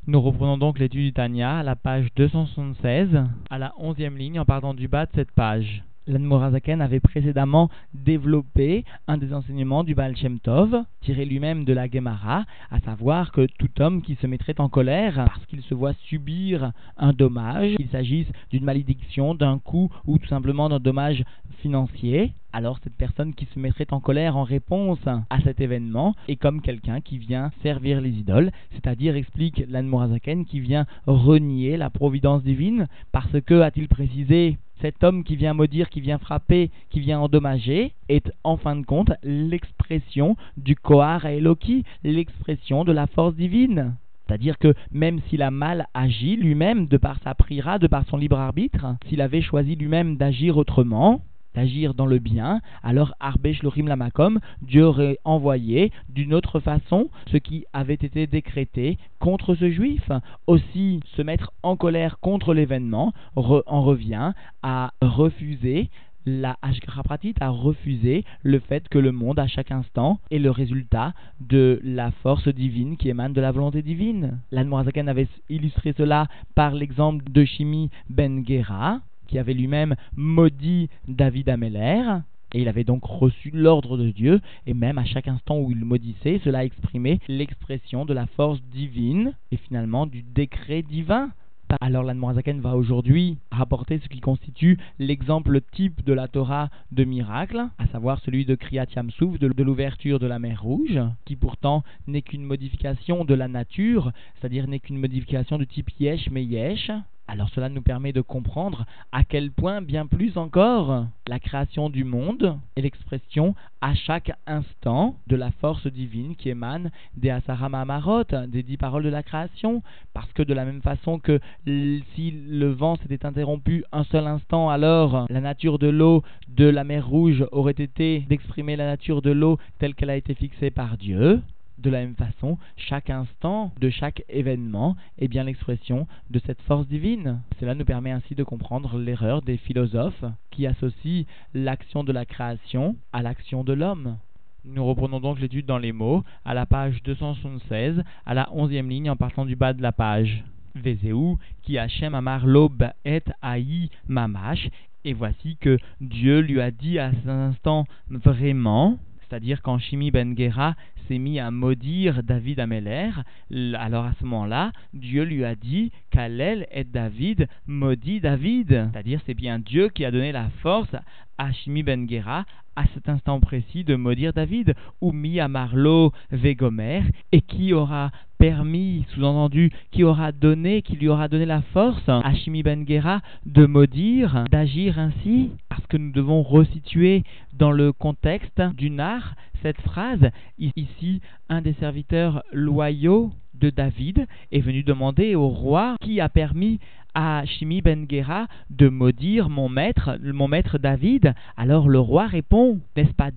Nous reprenons donc l'étude du Tanya à la page 276, à la 11e ligne en partant du bas de cette page. L'Admorazaken avait précédemment développé un des enseignements du Baal Shem Tov, tiré lui-même de la Gemara, à savoir que tout homme qui se mettrait en colère parce qu'il se voit subir un dommage, qu'il s'agisse d'une malédiction, d'un coup ou tout simplement d'un dommage financier, alors cette personne qui se mettrait en colère en réponse à cet événement est comme quelqu'un qui vient servir les idoles, c'est-à-dire, explique l'Admorazaken, qui vient renier la providence divine parce que, a-t-il précisé, cet homme qui vient maudire, qui vient frapper, qui vient endommager, est en fin de compte l'expression du Kohar Eloki, l'expression de la force divine. C'est-à-dire que même s'il a mal agi lui-même, de par sa prira, de par son libre arbitre, s'il avait choisi lui-même d'agir autrement, d'agir dans le bien, alors Arbe Shlorim Lamakom, Dieu aurait envoyé d'une autre façon ce qui avait été décrété contre ce juif. Aussi, se mettre en colère contre l'événement en revient à refuser la Hashgacha Pratit, a refusé le fait que le monde à chaque instant est le résultat de la force divine qui émane de la volonté divine. L'Admorazaken avait illustré cela par l'exemple de Shimi ben Gera, qui avait lui-même maudit David Améler, et il avait donc reçu l'ordre de Dieu, et même à chaque instant où il maudissait, cela exprimait l'expression de la force divine, et finalement du décret divin. Alors l'Admorazaken va aujourd'hui rapporter ce qui constitue l'exemple type de la Torah de miracle, à savoir celui de Kriyat Yam-Souf, de l'ouverture de la mer Rouge, qui pourtant n'est qu'une modification de la nature, c'est-à-dire n'est qu'une modification du type Yesh mais Yesh. Alors cela nous permet de comprendre à quel point, bien plus encore, la création du monde est l'expression à chaque instant de la force divine qui émane des Asara Mamarot, des 10 paroles de la création. Parce que de la même façon que si le vent s'était interrompu un seul instant, alors la nature de l'eau de la mer Rouge aurait été d'exprimer la nature de l'eau telle qu'elle a été fixée par Dieu. De la même façon, chaque instant de chaque événement est bien l'expression de cette force divine. Cela nous permet ainsi de comprendre l'erreur des philosophes qui associent l'action de la création à l'action de l'homme. Nous reprenons donc l'étude dans les mots, à la page 276, à la 11e ligne en partant du bas de la page. Vezeu, ki Hashem amar lo ba'et ha'i mamash, et voici que Dieu lui a dit à cet instant vraiment, c'est-à-dire quand Shimi ben Gera s'est mis à maudire David Améler, alors à ce moment-là, Dieu lui a dit qu'Hallel et David maudit David. C'est-à-dire c'est bien Dieu qui a donné la force à Shimi ben Gera à cet instant précis de maudire David, ou mi amarlo vegomer, et qui aura permis, sous-entendu, qui lui aura donné la force à Shimi ben Gera de maudire, d'agir ainsi, parce que nous devons resituer dans le contexte du nar cette phrase. Ici, un des serviteurs loyaux de David est venu demander au roi qui a permis à Shimi ben Gera de maudire mon maître David. Alors le roi répond, n'est-ce pas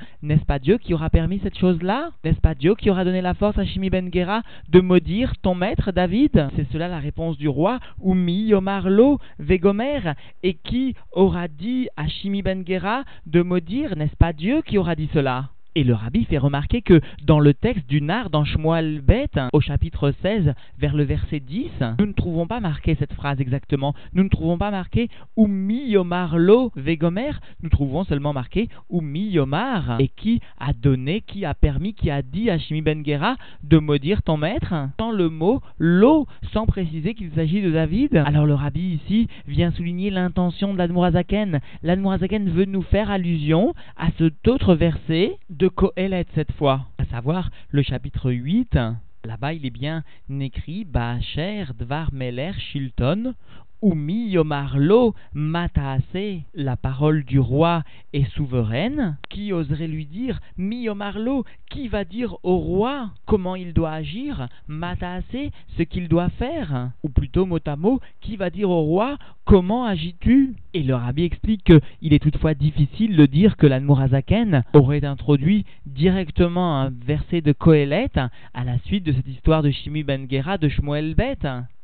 Dieu qui aura permis cette chose-là? N'est-ce pas Dieu qui aura donné la force à Shimi ben Gera de maudire ton maître David? C'est cela la réponse du roi. Umi yomarlo vegomer, et qui aura dit à Shimi ben Gera de maudire? N'est-ce pas Dieu qui aura dit cela? Et le rabbi fait remarquer que dans le texte du nar, dans Shmuel Bet, au chapitre 16, vers le verset 10, nous ne trouvons pas marqué cette phrase exactement. Nous ne trouvons pas marqué Umi Yomar Lo Vegomer. Nous trouvons seulement marqué Umi Yomar. Et qui a donné, qui a permis, qui a dit à Shimi ben Gera de maudire ton maître, sans le mot Lo, sans préciser qu'il s'agit de David. Alors le rabbi ici vient souligner l'intention de l'Admorazaken. L'Admorazaken veut nous faire allusion à cet autre verset de Kohelet cette fois, à savoir le chapitre 8. Là-bas il est bien écrit Ba'asher Dvar Meler Shilton Umi Yomar Lo Mataase, la parole du roi est souveraine. Qui oserait lui dire Mi Yomar Lo, qui va dire au roi comment il doit agir? Mataase, ce qu'il doit faire. Ou plutôt mot à mot, qui va dire au roi comment agis-tu? Et le rabbi explique qu'il est toutefois difficile de dire que l'Admorazaken aurait introduit directement un verset de Kohelet à la suite de cette histoire de Shimi ben Gera de Shmuel Bet.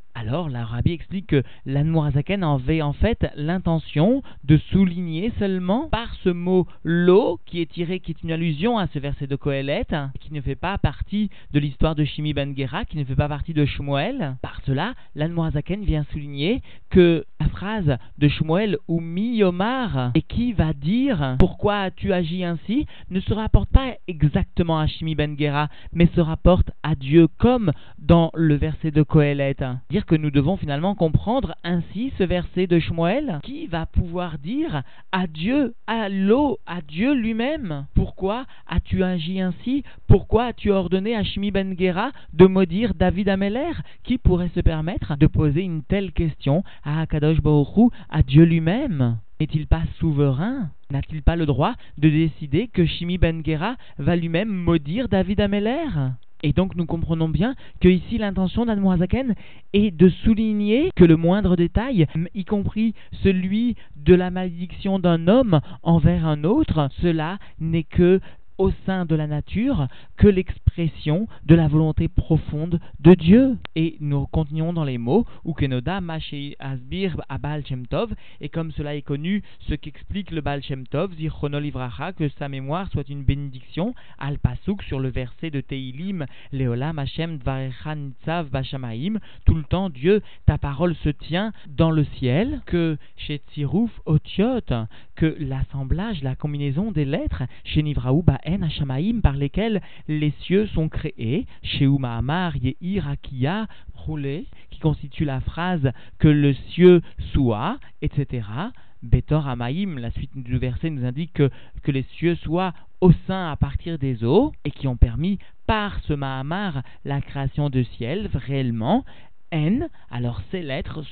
Alors, la Rabbi explique que l'Admorazaken avait en fait l'intention de souligner seulement par ce mot lo, qui est une allusion à ce verset de Kohelet, qui ne fait pas partie de l'histoire de Shimi ben Gera, qui ne fait pas partie de Shmuel. Par cela, l'Admorazaken vient souligner que la phrase de Shmuel ou mi Yomar, et qui va dire pourquoi as-tu agi ainsi, ne se rapporte pas exactement à Shimi ben Gera, mais se rapporte à Dieu, comme dans le verset de Kohelet. Dire que nous devons finalement comprendre ainsi ce verset de Shmuel qui va pouvoir dire à Dieu, à Dieu lui-même. Pourquoi as-tu agi ainsi? Pourquoi as-tu ordonné à Shimi ben Gera de maudire David Ameler? Qui pourrait se permettre de poser une telle question à Akadosh Baruch Hu, à Dieu lui-même? N'est-il pas souverain? N'a-t-il pas le droit de décider que Shimi ben Gera va lui-même maudire David Ameler? Et donc nous comprenons bien que ici l'intention d'Admorazaken est de souligner que le moindre détail, y compris celui de la malédiction d'un homme envers un autre, cela n'est que au sein de la nature que l'expression de la volonté profonde de Dieu. Et nous continuons dans les mots Ukenoda Maché Asbir à Baal Shem Tov, et comme cela est connu, ce qu'explique le Baal Shem Tov, Zichrono Livracha, que sa mémoire soit une bénédiction, Al Pasuk sur le verset de Teilim, Leolam Hashem Dvarecha Nitzav Bashamaim, tout le temps Dieu, ta parole se tient dans le ciel, que chez Tsirouf Otiot, que l'assemblage, la combinaison des lettres, chez Nivraou Ba'en Hashamaim, par lesquelles les cieux sont créés, chez Umahamar Yehi Rakia Roulé, qui constitue la phrase que le cieux soit, etc. Betor Amaim, la suite du verset nous indique que les cieux soient au sein à partir des eaux, et qui ont permis par ce Mahamar la création de ciel réellement. N, alors ces lettres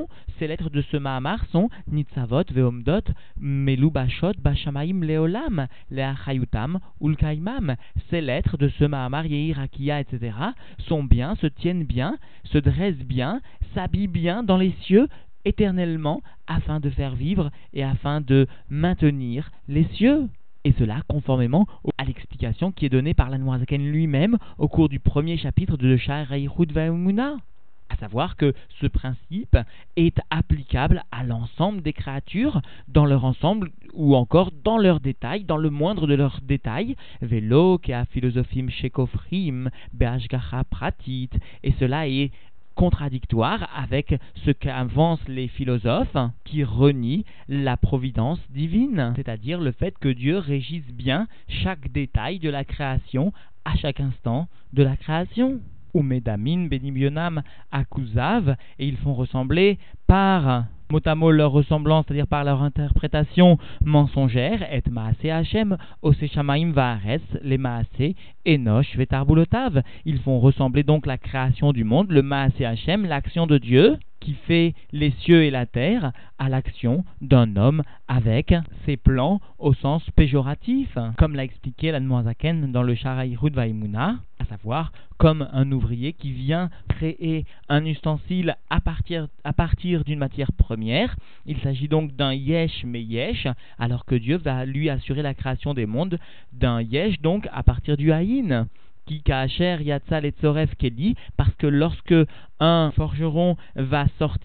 de ce Mahamar sont Nitzavot Veomdot Melubashot Bashamaim Leolam Leachayutam Ulkaimam. Ces lettres de ce Mahamar Yehi Rakia, etc. sont bien, se tiennent bien, se dressent bien, s'habillent bien dans les cieux éternellement afin de faire vivre et afin de maintenir les cieux. Et cela conformément à l'explication qui est donnée par l'Admorazaken lui-même au cours du premier chapitre de Sha'ar Hayichud Va'emunah. À savoir que ce principe est applicable à l'ensemble des créatures, dans leur ensemble ou encore dans leurs détails, dans le moindre de leurs détails. Velo, kea philosophim shekofrim, be'ashgacha pratit. Et cela est contradictoire avec ce qu'avancent les philosophes qui renient la providence divine, c'est-à-dire le fait que Dieu régisse bien chaque détail de la création à chaque instant de la création. Ou Medamin, Benibionam, Akuzav, et ils font ressembler par mot à mot leur ressemblance, c'est-à-dire par leur interprétation mensongère, et Maase Hashem, Ose Shamaim Vaaretz, les Maase, Enosh, Vetarbulotav. Ils font ressembler donc la création du monde, le Maase Hashem, l'action de Dieu, qui fait les cieux et la terre, à l'action d'un homme avec ses plans au sens péjoratif, comme l'a expliqué l'Admorazaken dans le Sha'ar Hayichud Va'emunah, à savoir comme un ouvrier qui vient créer un ustensile à partir d'une matière première. Il s'agit donc d'un yesh mais yesh, alors que Dieu va lui assurer la création des mondes d'un yesh, donc à partir du haïn. Ki ka'asher yatsa letzoref keli, parce que lorsque un forgeron va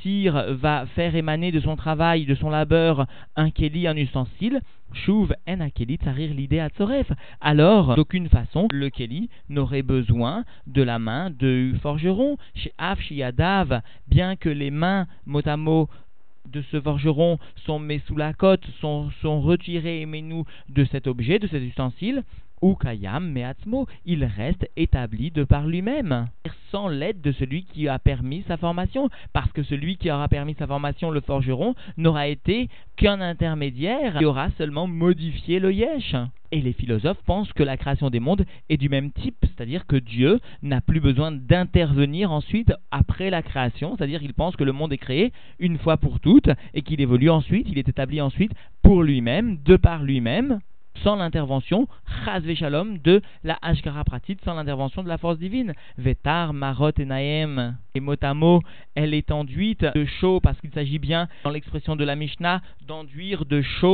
faire émaner de son travail, de son labeur, un keli, un ustensile, shuv en akeli tsarir l'idée atzoref. Alors, d'aucune façon, le keli n'aurait besoin de la main du forgeron. Chez Af Shiadav, bien que les mains mot à mot de ce forgeron sont mis sous la cote, sont retirés et nous de cet objet, de cet ustensile, ou Kayam Meatzmo, il reste établi de par lui-même, sans l'aide de celui qui a permis sa formation, parce que celui qui aura permis sa formation, le forgeron, n'aura été qu'un intermédiaire qui aura seulement modifié le yesh. Et les philosophes pensent que la création des mondes est du même type, c'est-à-dire que Dieu n'a plus besoin d'intervenir ensuite après la création, c'est-à-dire qu'ils pensent que le monde est créé une fois pour toutes et qu'il évolue ensuite, il est établi ensuite pour lui-même, de par lui-même, sans l'intervention, chas veshalom, de la hashgara pratit, sans l'intervention de la force divine. Vetar, marot et naem. Et mot à mot, elle est enduite de chaud, parce qu'il s'agit bien, dans l'expression de la Mishnah, d'enduire de chaud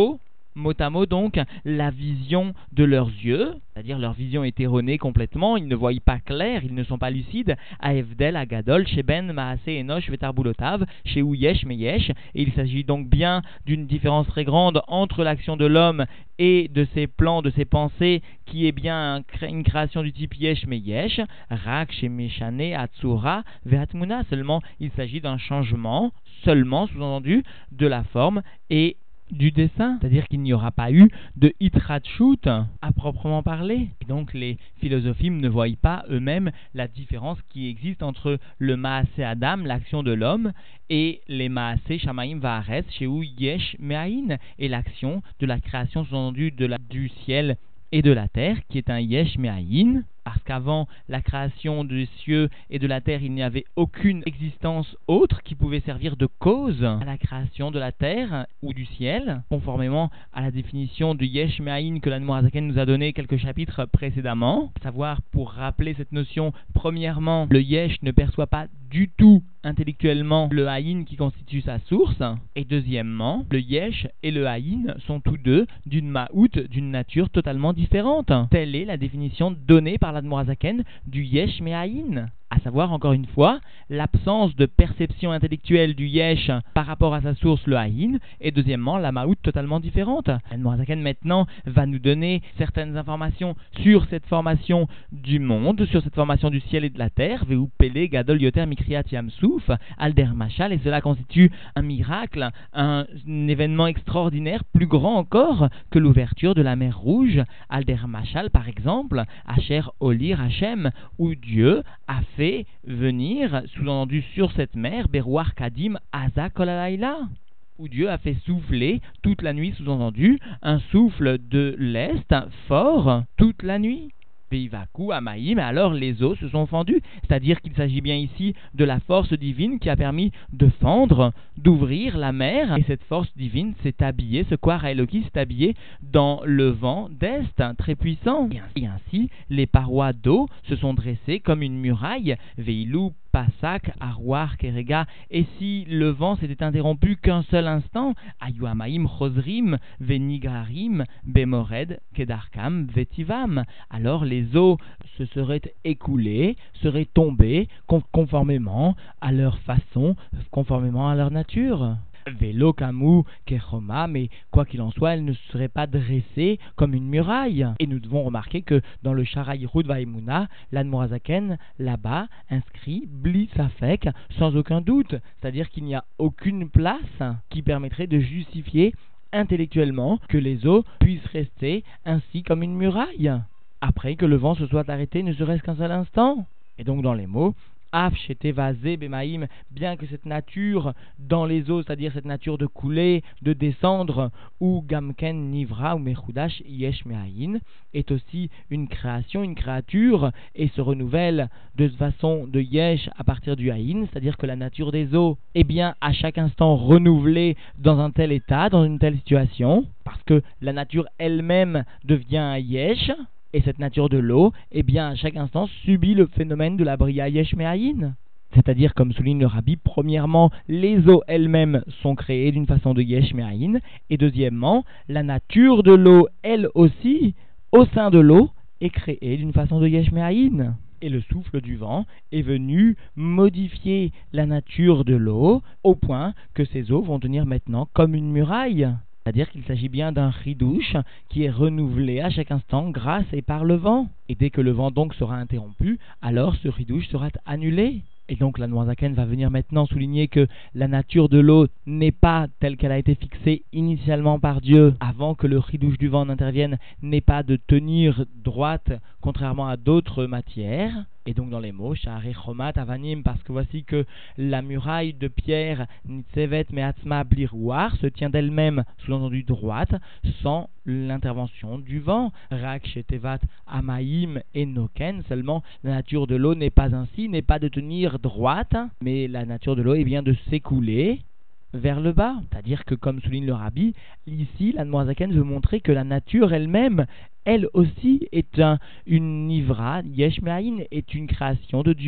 mot à mot donc, la vision de leurs yeux, c'est-à-dire leur vision est erronée complètement, ils ne voient pas clair, ils ne sont pas lucides, à Evdel, à Gadol, chez Ben, Maase, Enosh, Vetarbulotav, chez Ouyesh, Meyesh, et il s'agit donc bien d'une différence très grande entre l'action de l'homme et de ses plans, de ses pensées, qui est bien une création du type Yesh, Meyesh, Rak, chez Meshane, Atsura, Vehatmuna, seulement il s'agit d'un changement, seulement, sous-entendu, de la forme et du dessin, c'est-à-dire qu'il n'y aura pas eu de hitratshut à proprement parler. Et donc les philosophim ne voient pas eux-mêmes la différence qui existe entre le Maaseh Adam, l'action de l'homme, et les Maaseh Shamaim Vaaretz, chez où Yesh Me'ahin, et l'action de la création sous-entendue du ciel et de la terre, qui est un Yesh Me'ahin, parce qu'avant la création des cieux et de la terre, il n'y avait aucune existence autre qui pouvait servir de cause à la création de la terre ou du ciel, conformément à la définition du Yesh Me'ahin que l'Admor HaZaken nous a donné quelques chapitres précédemment. À savoir, pour rappeler cette notion, premièrement, le Yesh ne perçoit pas du tout intellectuellement le Haïn qui constitue sa source, et deuxièmement, le Yesh et le Haïn sont tous deux d'une Ma'out, d'une nature totalement différente. Telle est la définition donnée par l'Admor HaZaken du Yesh Me'ahin. À savoir, encore une fois, l'absence de perception intellectuelle du Yesh par rapport à sa source, le Haïn, et deuxièmement, la Ma'out totalement différente. L'Admor HaZaken maintenant va nous donner certaines informations sur cette formation du monde, sur cette formation du ciel et de la terre, Veu Pele Gadol Yoter Mikriat Yamsouf, Alder Machal, et cela constitue un miracle, un événement extraordinaire, plus grand encore que l'ouverture de la mer Rouge, Alder Machal par exemple, Asher Olir Hashem, où Dieu a fait venir, sous-entendu sur cette mer, Berouar Kadim Aza Kolalaila, où Dieu a fait souffler toute la nuit, sous-entendu, un souffle de l'Est fort toute la nuit. Veivaku, Amaïm, alors les eaux se sont fendues, c'est-à-dire qu'il s'agit bien ici de la force divine qui a permis de fendre, d'ouvrir la mer, et cette force divine s'est habillée, ce Koar Eloki s'est habillé dans le vent d'Est, très puissant. Et ainsi, les parois d'eau se sont dressées comme une muraille, Veilou, Pasak, Arwar, Kerega, et si le vent s'était interrompu qu'un seul instant, Ayuamaim, Chosrim, Venigarim, Bemored, Kedarkam, Vetivam, alors les eaux se seraient écoulées, seraient tombées conformément à leur façon, conformément à leur nature. Vélo, Kamou, Kechoma, mais quoi qu'il en soit, elle ne serait pas dressée comme une muraille. Et nous devons remarquer que dans le Sharai Rud Vaimuna, l'Admor HaZaken, là-bas, inscrit Bli Safek, sans aucun doute. C'est-à-dire qu'il n'y a aucune place qui permettrait de justifier intellectuellement que les eaux puissent rester ainsi comme une muraille, après que le vent se soit arrêté ne serait-ce qu'un seul instant. Et donc dans les mots, Af Sheteva Ze Bemaim, bien que cette nature dans les eaux, c'est-à-dire cette nature de couler, de descendre, ou Gamken Nivra ou Mechudash Yesh Me'ahin, est aussi une création, une créature, et se renouvelle de façon de Yesh à partir du Haïn, c'est-à-dire que la nature des eaux est bien à chaque instant renouvelée dans un tel état, dans une telle situation, parce que la nature elle-même devient un Yesh. Et cette nature de l'eau, eh bien, à chaque instant, subit le phénomène de la Bria Yesh Me'ahin. C'est-à-dire, comme souligne le Rabbi, premièrement, les eaux elles-mêmes sont créées d'une façon de Yesh Me'ahin, et deuxièmement, la nature de l'eau, elle aussi, au sein de l'eau, est créée d'une façon de Yesh Me'ahin. Et le souffle du vent est venu modifier la nature de l'eau, au point que ces eaux vont devenir maintenant comme une muraille. C'est-à-dire qu'il s'agit bien d'un ridouche qui est renouvelé à chaque instant grâce et par le vent. Et dès que le vent donc sera interrompu, alors ce ridouche sera annulé. Et donc l'Admor HaZaken va venir maintenant souligner que la nature de l'eau n'est pas telle qu'elle a été fixée initialement par Dieu, avant que le ridouche du vent n'intervienne, n'est pas de tenir droite, contrairement à d'autres matières. Et donc dans les mots, Sha'arei Chomat Avanim, parce que voici que la muraille de pierre, Nitzevet Me'atzma Blirouar, se tient d'elle-même, sous-entendu droite, sans l'intervention du vent. Rak Shetevat Amaim et Noken, seulement la nature de l'eau n'est pas ainsi, n'est pas de tenir droite, mais la nature de l'eau est bien de s'écouler vers le bas. C'est-à-dire que, comme souligne le Rabbi, ici, l'Admor HaZaken veut montrer que la nature elle-même, elle aussi, est une Nivra, Yesh Me'ahin, est une création de Dieu,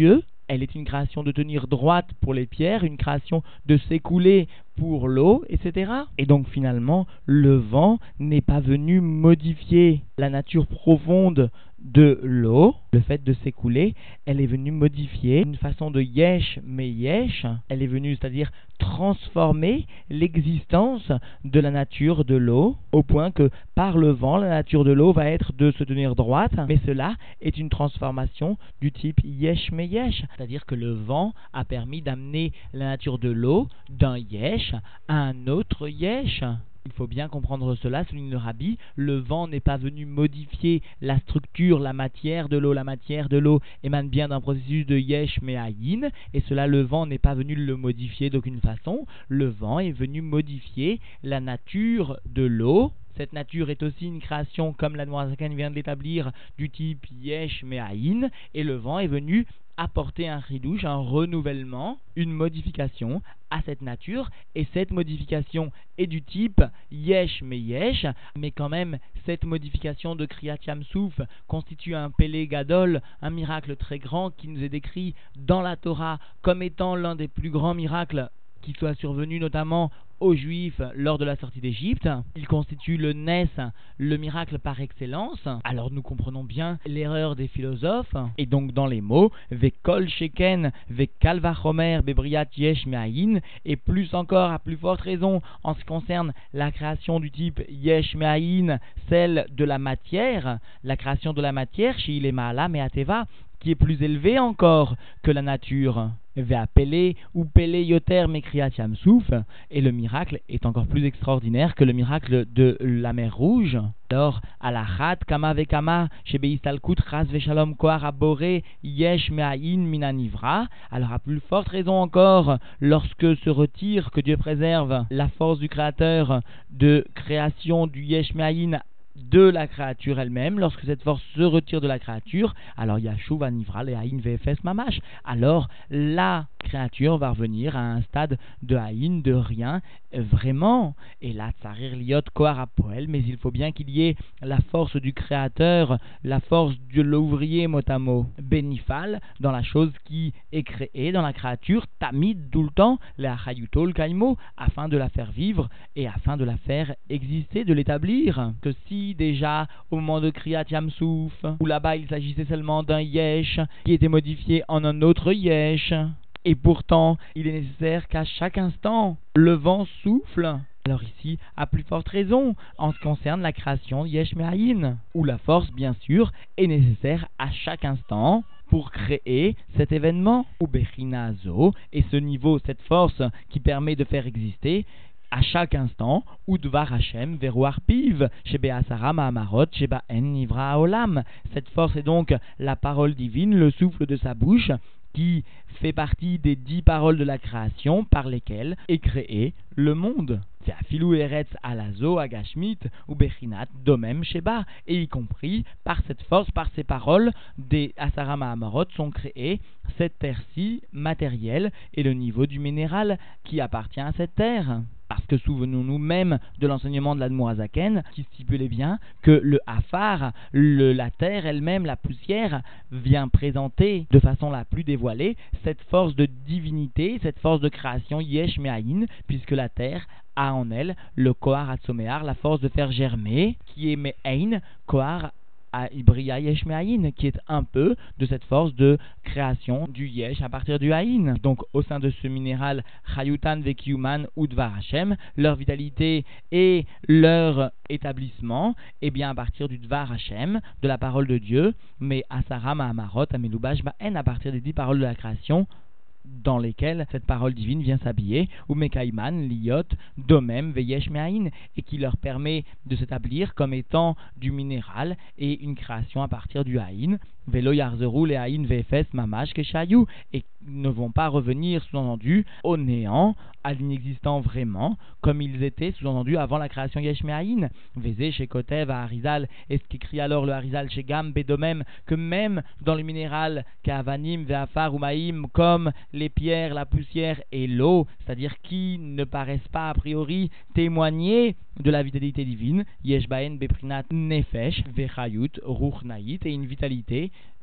elle est une création de tenir droite pour les pierres, une création de s'écouler pour l'eau, etc. Et donc finalement, le vent n'est pas venu modifier la nature profonde de l'eau, le fait de s'écouler, elle est venue modifier une façon de yesh mais yesh, elle est venue, c'est-à-dire transformer l'existence de la nature de l'eau, au point que par le vent, la nature de l'eau va être de se tenir droite, mais cela est une transformation du type yesh me yesh, c'est-à-dire que le vent a permis d'amener la nature de l'eau d'un yesh à un autre yesh. Il faut bien comprendre cela, souligne le Rabbi, le vent n'est pas venu modifier la structure, la matière de l'eau. La matière de l'eau émane bien d'un processus de yesh me'ayin, et cela, le vent n'est pas venu le modifier d'aucune façon. Le vent est venu modifier la nature de l'eau. Cette nature est aussi une création, comme l'Admor HaZaken vient de l'établir, du type yesh me'ayin, et le vent est venu apporter un chidouche, un renouvellement, une modification à cette nature, et cette modification est du type yesh me yesh, mais quand même cette modification de Kriyat Yam Souf constitue un Pélé Gadol, un miracle très grand qui nous est décrit dans la Torah comme étant l'un des plus grands miracles qui soit survenu notamment aux Juifs lors de la sortie d'Égypte. Il constitue le Nes, le miracle par excellence. Alors nous comprenons bien l'erreur des philosophes, et donc dans les mots Vekol Sheken, Vekal Vachomer, Bebriat Yesh Me'ayin, et plus encore, à plus forte raison, en ce qui concerne la création du type Yesh Me'ayin, celle de la matière, la création de la matière, chez Ilema Me'ateva, qui est plus élevé encore que la nature. Vea Pélé ou Pélé Yoter Mekriat Yam Souf, et le miracle est encore plus extraordinaire que le miracle de la mer Rouge. Alors, Alachat Kama Vekama, Shebeistalkut Ras Veshalom Kohar Aboré Yesh Me'ayin Minanivra. Alors, à plus forte raison encore, lorsque se retire, que Dieu préserve la force du Créateur de création du Yesh Me'ayin de la créature elle-même, lorsque cette force se retire de la créature, alors Yashuv Anivra le Haïn VFS Mamash, alors la créature va revenir à un stade de Haïn, de rien, vraiment, et là Tsarir Liot Kohar Apoel, mais il faut bien qu'il y ait la force du créateur, la force de l'ouvrier motamo, bénifal, dans la chose qui est créée, dans la créature, tamid tout le temps, la Chayutol Kaimo, afin de la faire vivre et afin de la faire exister, de l'établir, que si déjà au moment de Kriyat Yam Souf, où là-bas il s'agissait seulement d'un yesh qui était modifié en un autre yesh, et pourtant il est nécessaire qu'à chaque instant le vent souffle. Alors ici, à plus forte raison, en ce qui concerne la création yesh me'ayin, où la force bien sûr est nécessaire à chaque instant pour créer cet événement, ou Bechina Zo, et ce niveau, cette force qui permet de faire exister à chaque instant, ou Dvar Hashem Veruar Piv, Shebe Asara Mahamarot, Sheba En Nivra Olam. Cette force est donc la parole divine, le souffle de sa bouche, qui fait partie des 10 paroles de la création par lesquelles est créé le monde. Filou Eretz Alazo Agashmit ou Bechinat Domem Sheba, et y compris par cette force, par ces paroles, des Asara Mahamarot sont créées cette terre-ci matérielle et le niveau du minéral qui appartient à cette terre. Parce que souvenons-nous même de l'enseignement de l'Admor HaZaken qui stipulait bien que le Afar, la terre elle-même, la poussière, vient présenter de façon la plus dévoilée cette force de divinité, cette force de création Yesh Me'ayin, puisque la terre a en elle le Kohar Atzomear, la force de faire germer, qui est Me'ain, Kohar à Ibria Yesh Me'ayin, qui est un peu de cette force de création du Yesh à partir du Haïn. Donc au sein de ce minéral Chayutan Vekiuman ou Dvar Hashem, leur vitalité et leur établissement, et bien à partir du Dvar Hashem, de la parole de Dieu, mais Asara Mahamarot Amelubash Ba'en, à partir des 10 paroles de la création, dans lesquelles cette parole divine vient s'habiller, ou Mekaiman, Liot, Domem, Veyesh Me'ayin, et qui leur permet de s'établir comme étant du minéral et une création à partir du Haïn, Velo Yarzeru, le Haïn, Vefes, Mamash, Keshayu, et ne vont pas revenir, sous-entendu, au néant, à l'inexistant vraiment, comme ils étaient, sous-entendu, avant la création Yesh Me'ayin. Vézé, chez Kotev, à Harizal, et ce qu'écrit alors le Harizal chez Gam, Bedomem, que même dans le minéral, Ka'avanim, Ve'afar, Umaim, comme les pierres, la poussière et l'eau, c'est-à-dire qui ne paraissent pas a priori témoigner de la vitalité divine, Yesh Baen Beprinat Nefesh, Vechayut, Ruch Naït, et une vitalité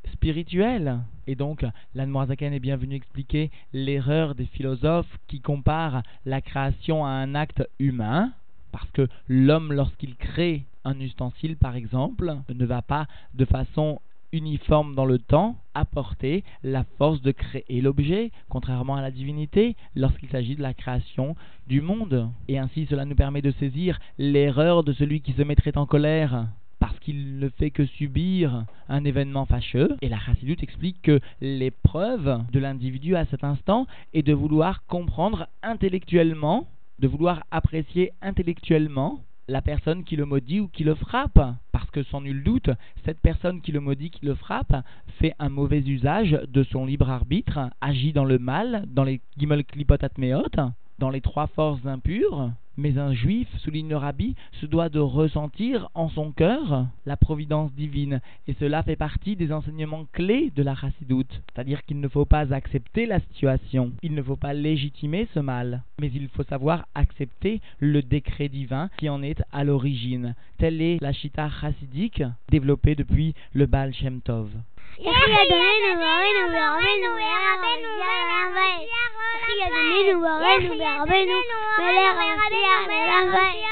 spirituel. Et donc, l'Admorazaken est bien venu expliquer l'erreur des philosophes qui comparent la création à un acte humain, parce que l'homme, lorsqu'il crée un ustensile, par exemple, ne va pas de façon uniforme dans le temps apporter la force de créer l'objet, contrairement à la divinité, lorsqu'il s'agit de la création du monde. Et ainsi, cela nous permet de saisir l'erreur de celui qui se mettrait en colère parce qu'il ne fait que subir un événement fâcheux. Et la Chassidoute explique que l'épreuve de l'individu à cet instant est de vouloir comprendre intellectuellement, de vouloir apprécier intellectuellement la personne qui le maudit ou qui le frappe. Parce que sans nul doute, cette personne qui le maudit, qui le frappe, fait un mauvais usage de son libre arbitre, agit dans le mal, dans les Gimel Klipot Atmeot, dans les 3 forces impures. Mais un juif, souligne le rabbi, se doit de ressentir en son cœur la providence divine. Et cela fait partie des enseignements clés de la Chassidoute. C'est-à-dire qu'il ne faut pas accepter la situation. Il ne faut pas légitimer ce mal. Mais il faut savoir accepter le décret divin qui en est à l'origine. Telle est la Shita chassidique développée depuis le Baal Shem Tov. Rabbeinu,